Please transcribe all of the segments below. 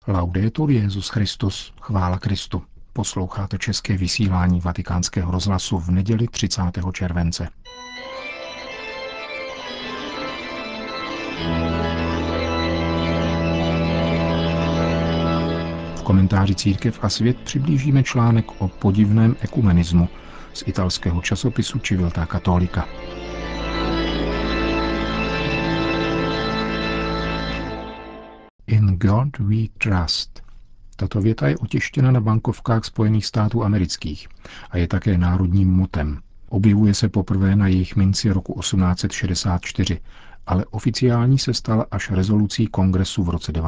Laudetur Jesus Christus, chvála Kristu. Posloucháte české vysílání Vatikánského rozhlasu v neděli 30. července. V komentáři Církev a svět přiblížíme článek o podivném ekumenismu z italského časopisu Civiltà Cattolica. In God we trust. Tato věta je otištěna na bankovkách Spojených států amerických a je také národním motem. Objevuje se poprvé na jejich minci roku 1864, ale oficiální se stala až rezolucí kongresu v roce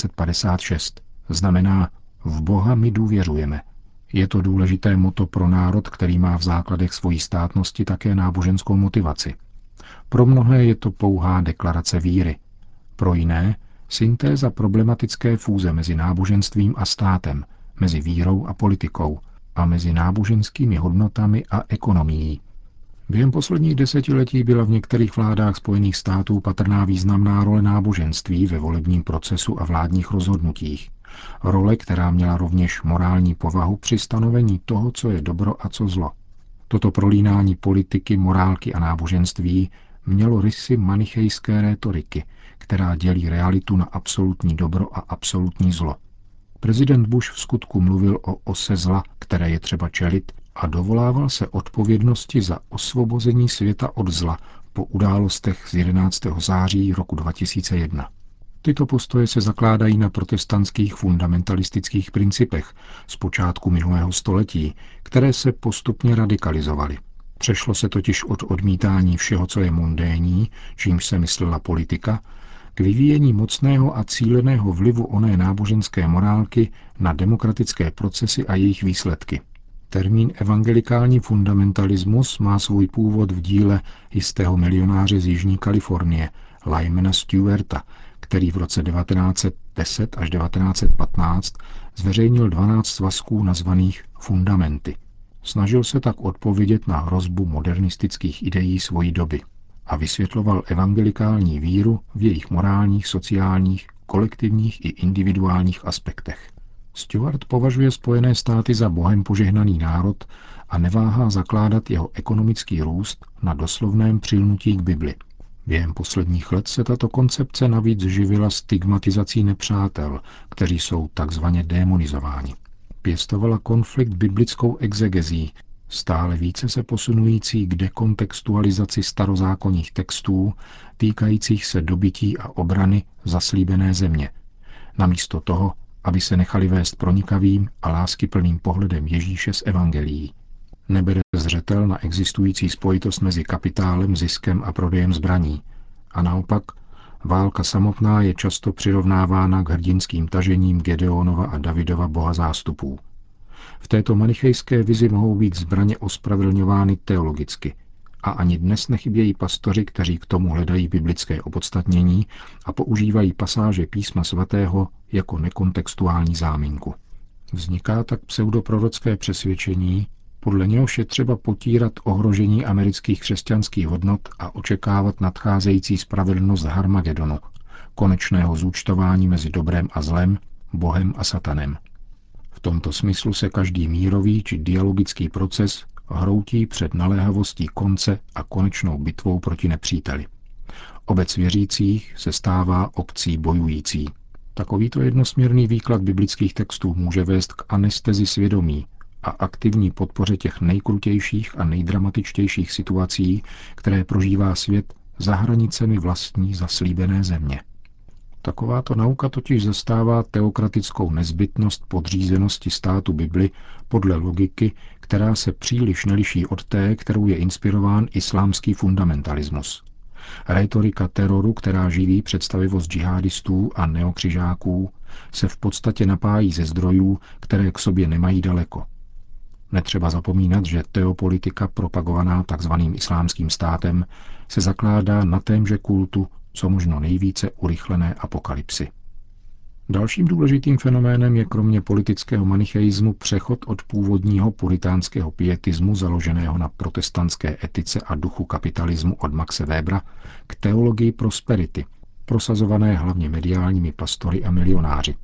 1956. Znamená v Boha my důvěřujeme. Je to důležité motto pro národ, který má v základech svojí státnosti také náboženskou motivaci. Pro mnohé je to pouhá deklarace víry. Pro jiné syntéza problematické fúze mezi náboženstvím a státem, mezi vírou a politikou a mezi náboženskými hodnotami a ekonomií. Během posledních desetiletí byla v některých vládách Spojených států patrná významná role náboženství ve volebním procesu a vládních rozhodnutích. Role, která měla rovněž morální povahu při stanovení toho, co je dobro a co zlo. Toto prolínání politiky, morálky a náboženství mělo rysy manichejské rétoriky, která dělí realitu na absolutní dobro a absolutní zlo. Prezident Bush vskutku mluvil o ose zla, které je třeba čelit, a dovolával se odpovědnosti za osvobození světa od zla po událostech z 11. září roku 2001. Tyto postoje se zakládají na protestantských fundamentalistických principech z počátku minulého století, které se postupně radikalizovaly. Přešlo se totiž od odmítání všeho, co je mundénní, čímž se myslela politika, k vyvíjení mocného a cíleného vlivu oné náboženské morálky na demokratické procesy a jejich výsledky. Termín evangelikální fundamentalismus má svůj původ v díle jistého milionáře z Jižní Kalifornie, Lymana Stewarta, který v roce 1910 až 1915 zveřejnil 12 svazků nazvaných Fundamenty. Snažil se tak odpovědět na hrozbu modernistických ideí svojí doby a vysvětloval evangelikální víru v jejich morálních, sociálních, kolektivních i individuálních aspektech. Stewart považuje Spojené státy za Bohem požehnaný národ a neváhá zakládat jeho ekonomický růst na doslovném přilnutí k Bibli. Během posledních let se tato koncepce navíc živila stigmatizací nepřátel, kteří jsou takzvaně démonizováni. Pěstovala konflikt biblickou exegezí, stále více se posunující k dekontextualizaci starozákonních textů týkajících se dobytí a obrany zaslíbené země, namísto toho, aby se nechali vést pronikavým a láskyplným pohledem Ježíše z evangelií. Nebere zřetel na existující spojitost mezi kapitálem, ziskem a prodejem zbraní. A naopak, válka samotná je často přirovnávána k hrdinským tažením Gedeonova a Davidova bohazástupů. V této manichejské vizi mohou být zbraně ospravedlňovány teologicky a ani dnes nechybějí pastoři, kteří k tomu hledají biblické opodstatnění a používají pasáže písma svatého jako nekontextuální záminku. Vzniká tak pseudoprorocké přesvědčení, podle něhož je třeba potírat ohrožení amerických křesťanských hodnot a očekávat nadcházející spravedlnost Harmagedonu, konečného zúčtování mezi dobrem a zlem, Bohem a Satanem. V tomto smyslu se každý mírový či dialogický proces hroutí před naléhavostí konce a konečnou bitvou proti nepříteli. Obec věřících se stává obcí bojující. Takovýto jednosměrný výklad biblických textů může vést k anestezi svědomí a aktivní podpoře těch nejkrutějších a nejdramatičtějších situací, které prožívá svět za hranicemi vlastní zaslíbené země. Takováto nauka totiž zastává teokratickou nezbytnost podřízenosti státu Bibli podle logiky, která se příliš neliší od té, kterou je inspirován islámský fundamentalismus. Rétorika teroru, která živí představivost džihadistů a neokřižáků, se v podstatě napájí ze zdrojů, které k sobě nemají daleko. Netřeba zapomínat, že teopolitika propagovaná tzv. Islámským státem se zakládá na témže kultu co možno nejvíce urychlené apokalypsy. Dalším důležitým fenoménem je kromě politického manicheismu přechod od původního puritánského pietismu založeného na protestantské etice a duchu kapitalismu od Maxe Webera k teologii prosperity, prosazované hlavně mediálními pastory a milionáři.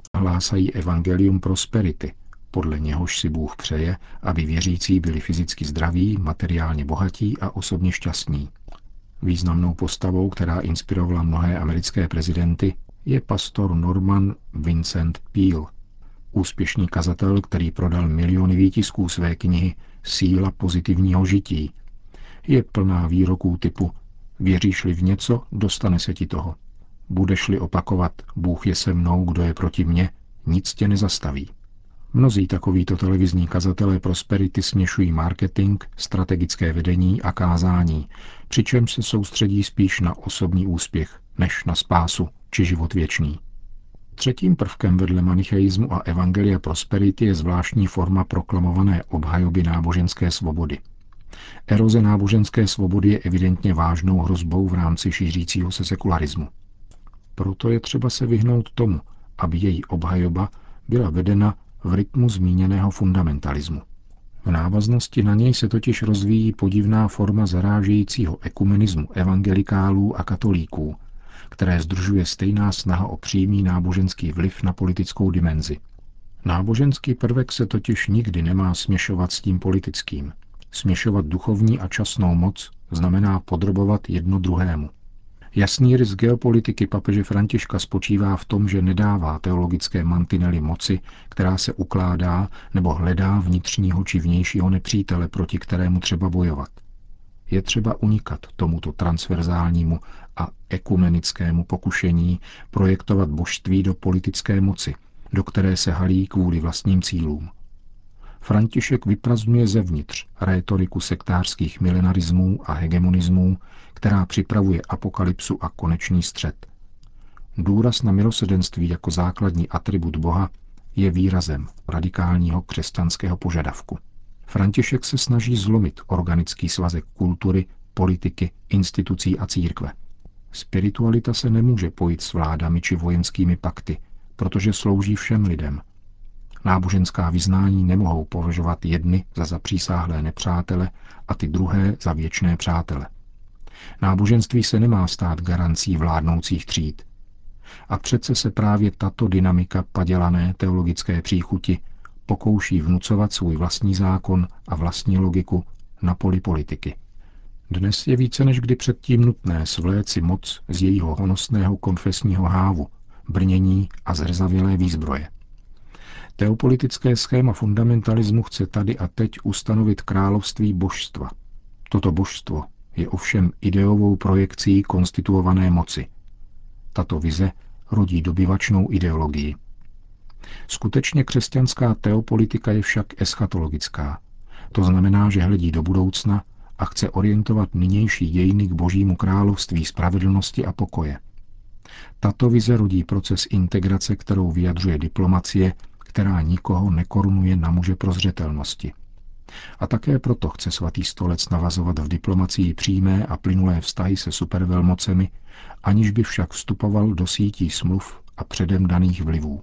Hlásají evangelium prosperity, podle něhož si Bůh přeje, aby věřící byli fyzicky zdraví, materiálně bohatí a osobně šťastní. Významnou postavou, která inspirovala mnohé americké prezidenty, je pastor Norman Vincent Peale, úspěšný kazatel, který prodal miliony výtisků své knihy Síla pozitivního žití. Je plná výroků typu věříš-li v něco, dostane se ti toho. Budeš-li opakovat Bůh je se mnou, kdo je proti mně, nic tě nezastaví. Mnozí takovýto televizní kazatelé prosperity směšují marketing, strategické vedení a kázání, přičemž se soustředí spíš na osobní úspěch, než na spásu či život věčný. Třetím prvkem vedle manicheismu a evangelia prosperity je zvláštní forma proklamované obhajoby náboženské svobody. Eroze náboženské svobody je evidentně vážnou hrozbou v rámci šířícího se sekularismu. Proto je třeba se vyhnout tomu, aby její obhajoba byla vedena v rytmu zmíněného fundamentalismu. V návaznosti na něj se totiž rozvíjí podivná forma zarážejícího ekumenismu evangelikálů a katolíků, které sdružuje stejná snaha o přímý náboženský vliv na politickou dimenzi. Náboženský prvek se totiž nikdy nemá směšovat s tím politickým. Směšovat duchovní a časnou moc znamená podrobovat jedno druhému. Jasný rys geopolitiky papeže Františka spočívá v tom, že nedává teologické mantinely moci, která se ukládá nebo hledá vnitřního či vnějšího nepřítele, proti kterému třeba bojovat. Je třeba unikat tomuto transverzálnímu a ekumenickému pokušení projektovat božství do politické moci, do které se halí kvůli vlastním cílům. František vyprazdňuje zevnitř rétoriku sektářských milenarismů a hegemonismů, která připravuje apokalypsu a konečný střet. Důraz na milosrdenství jako základní atribut Boha je výrazem radikálního křesťanského požadavku. František se snaží zlomit organický svazek kultury, politiky, institucí a církve. Spiritualita se nemůže pojít s vládami či vojenskými pakty, protože slouží všem lidem. Náboženská vyznání nemohou považovat jedny za zapřísáhlé nepřátele a ty druhé za věčné přátele. Náboženství se nemá stát garancí vládnoucích tříd. A přece se právě tato dynamika padělané teologické příchuti pokouší vnucovat svůj vlastní zákon a vlastní logiku na poli politiky. Dnes je více než kdy předtím nutné svléci moc z jejího honosného konfesního hávu, brnění a zrzavělé výzbroje. Teopolitické schéma fundamentalismu chce tady a teď ustanovit království božstva. Toto božstvo je ovšem ideovou projekcí konstituované moci. Tato vize rodí dobyvačnou ideologii. Skutečně křesťanská teopolitika je však eschatologická. To znamená, že hledí do budoucna a chce orientovat nynější dějiny k božímu království spravedlnosti a pokoje. Tato vize rodí proces integrace, kterou vyjadřuje diplomacie, která nikoho nekorunuje na muže prozřetelnosti. A také proto chce svatý stolec navazovat v diplomacii přímé a plynulé vztahy se supervelmocemi, aniž by však vstupoval do sítí smluv a předem daných vlivů.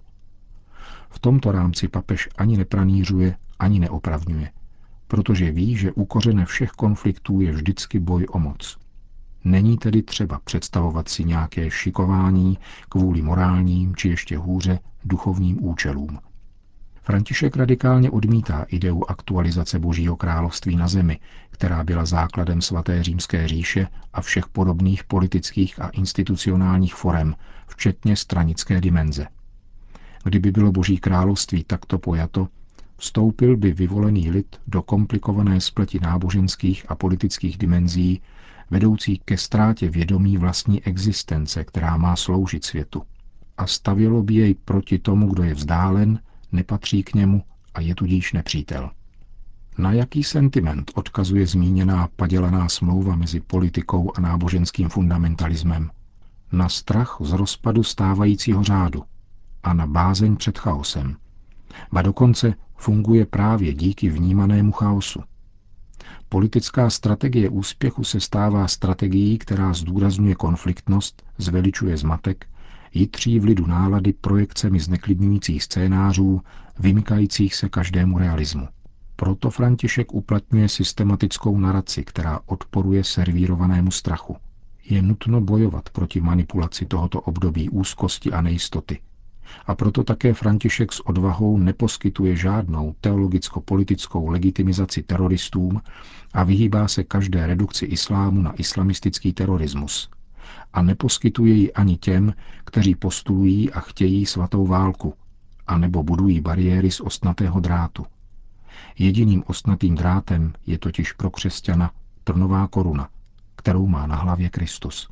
V tomto rámci papež ani nepranířuje, ani neopravňuje, protože ví, že u kořene všech konfliktů je vždycky boj o moc. Není tedy třeba představovat si nějaké šikování kvůli morálním či ještě hůře duchovním účelům. František radikálně odmítá ideu aktualizace Božího království na zemi, která byla základem svaté římské říše a všech podobných politických a institucionálních forem, včetně stranické dimenze. Kdyby bylo Boží království takto pojato, vstoupil by vyvolený lid do komplikované spleti náboženských a politických dimenzí, vedoucí ke ztrátě vědomí vlastní existence, která má sloužit světu. A stavělo by jej proti tomu, kdo je vzdálen, nepatří k němu a je tudíž nepřítel. Na jaký sentiment odkazuje zmíněná padělaná smlouva mezi politikou a náboženským fundamentalismem? Na strach z rozpadu stávajícího řádu a na bázeň před chaosem. Ba dokonce funguje právě díky vnímanému chaosu. Politická strategie úspěchu se stává strategií, která zdůrazňuje konfliktnost, zveličuje zmatek, jitří v lidu nálady projekcemi zneklidňujících scénářů, vymykajících se každému realismu. Proto František uplatňuje systematickou naraci, která odporuje servírovanému strachu. Je nutno bojovat proti manipulaci tohoto období úzkosti a nejistoty. A proto také František s odvahou neposkytuje žádnou teologicko-politickou legitimizaci teroristům a vyhýbá se každé redukci islámu na islamistický terorismus. A neposkytuje ji ani těm, kteří postulují a chtějí svatou válku, anebo budují bariéry z ostnatého drátu. Jediným ostnatým drátem je totiž pro křesťana trnová koruna, kterou má na hlavě Kristus.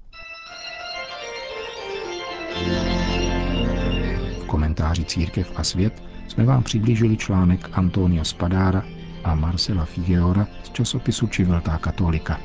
V komentáři Církev a svět jsme vám přiblížili článek Antonia Spadára a Marcela Figueora z časopisu Civiltà Cattolica.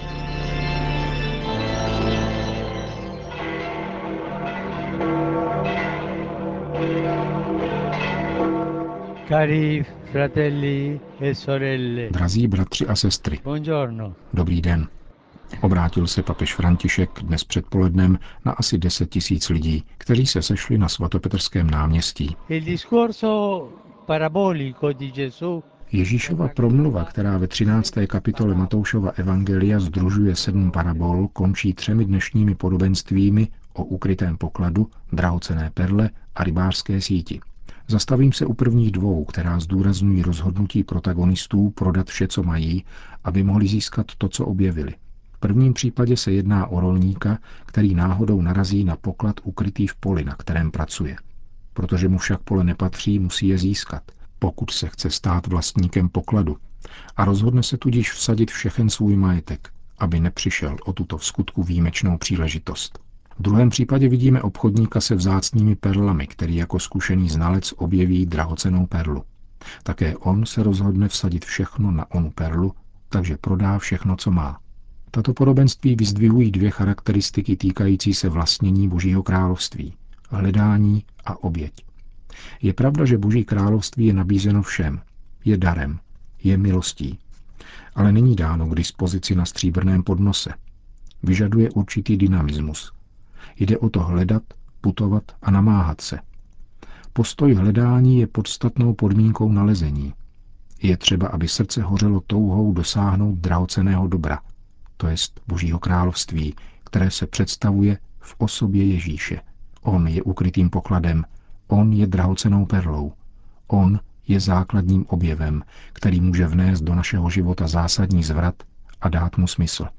Cari fratelli e sorelle. Drazí bratři a sestry, Buongiorno. Dobrý den. Obrátil se papež František dnes předpolednem na asi 10 000 lidí, kteří se sešli na svatopetrském náměstí. Il discorso parabolico di Gesù. Ježíšova promluva, která ve 13. kapitole Matoušova evangelia sdružuje 7 parabol, končí 3 dnešními podobenstvími o ukrytém pokladu, drahocenné perle a rybářské síti. Zastavím se u prvních 2, která zdůrazňují rozhodnutí protagonistů prodat vše, co mají, aby mohli získat to, co objevili. V prvním případě se jedná o rolníka, který náhodou narazí na poklad ukrytý v poli, na kterém pracuje. Protože mu však pole nepatří, musí je získat, pokud se chce stát vlastníkem pokladu, a rozhodne se tudíž vsadit všechen svůj majetek, aby nepřišel o tuto vskutku výjimečnou příležitost. V druhém případě vidíme obchodníka se vzácnými perlami, který jako zkušený znalec objeví drahocennou perlu. Také on se rozhodne vsadit všechno na onu perlu, takže prodá všechno, co má. Tato podobenství vyzdvihují 2 charakteristiky týkající se vlastnění Božího království – hledání a oběť. Je pravda, že Boží království je nabízeno všem, je darem, je milostí, ale není dáno k dispozici na stříbrném podnose. Vyžaduje určitý dynamismus. Jde o to hledat, putovat a namáhat se. Postoj hledání je podstatnou podmínkou nalezení. Je třeba, aby srdce hořelo touhou dosáhnout drahocenného dobra, to jest Božího království, které se představuje v osobě Ježíše. On je ukrytým pokladem, on je drahocennou perlou, on je základním objevem, který může vnést do našeho života zásadní zvrat a dát mu smysl.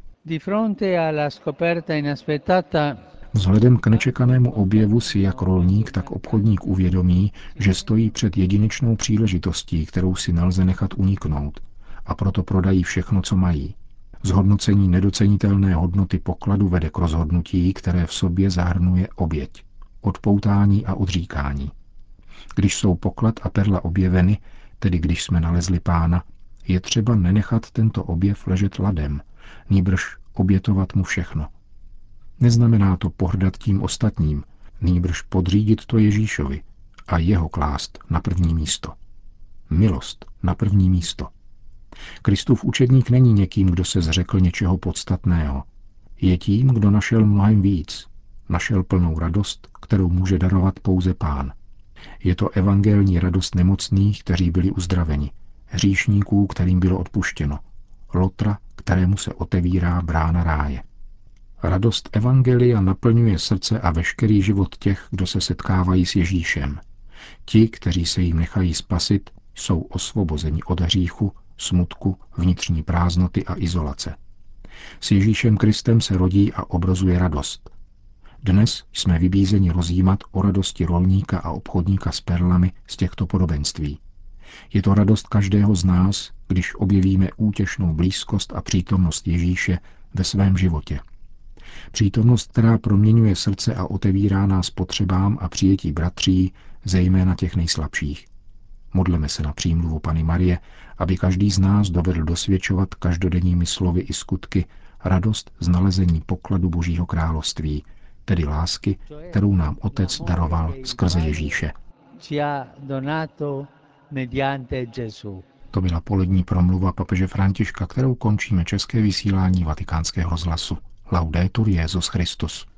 Vzhledem k nečekanému objevu si jak rolník, tak obchodník uvědomí, že stojí před jedinečnou příležitostí, kterou si nelze nechat uniknout, a proto prodají všechno, co mají. Zhodnocení nedocenitelné hodnoty pokladu vede k rozhodnutí, které v sobě zahrnuje oběť, odpoutání a odříkání. Když jsou poklad a perla objeveny, tedy když jsme nalezli Pána, je třeba nenechat tento objev ležet ladem, nýbrž obětovat mu všechno. Neznamená to pohrdat tím ostatním, nýbrž podřídit to Ježíšovi a jeho klást na první místo. Milost na první místo. Kristův učedník není někým, kdo se zřekl něčeho podstatného. Je tím, kdo našel mnohem víc. Našel plnou radost, kterou může darovat pouze Pán. Je to evangelní radost nemocných, kteří byli uzdraveni, hříšníků, kterým bylo odpuštěno, Lotra, kterému se otevírá brána ráje. Radost evangelia naplňuje srdce a veškerý život těch, kdo se setkávají s Ježíšem. Ti, kteří se jim nechají spasit, jsou osvobozeni od hříchu, smutku, vnitřní prázdnoty a izolace. S Ježíšem Kristem se rodí a obrazuje radost. Dnes jsme vybízeni rozjímat o radosti rolníka a obchodníka s perlami z těchto podobenství. Je to radost každého z nás, když objevíme útěšnou blízkost a přítomnost Ježíše ve svém životě. Přítomnost, která proměňuje srdce a otevírá nás potřebám a přijetí bratří, zejména těch nejslabších. Modleme se na přímluvu Panny Marie, aby každý z nás dovedl dosvědčovat každodenními slovy i skutky radost z nalezení pokladu Božího království, tedy lásky, kterou nám Otec daroval skrze Ježíše. To byla polední promluva papeže Františka, kterou končíme české vysílání Vatikánského rozhlasu. Laudetur Jesus Christus.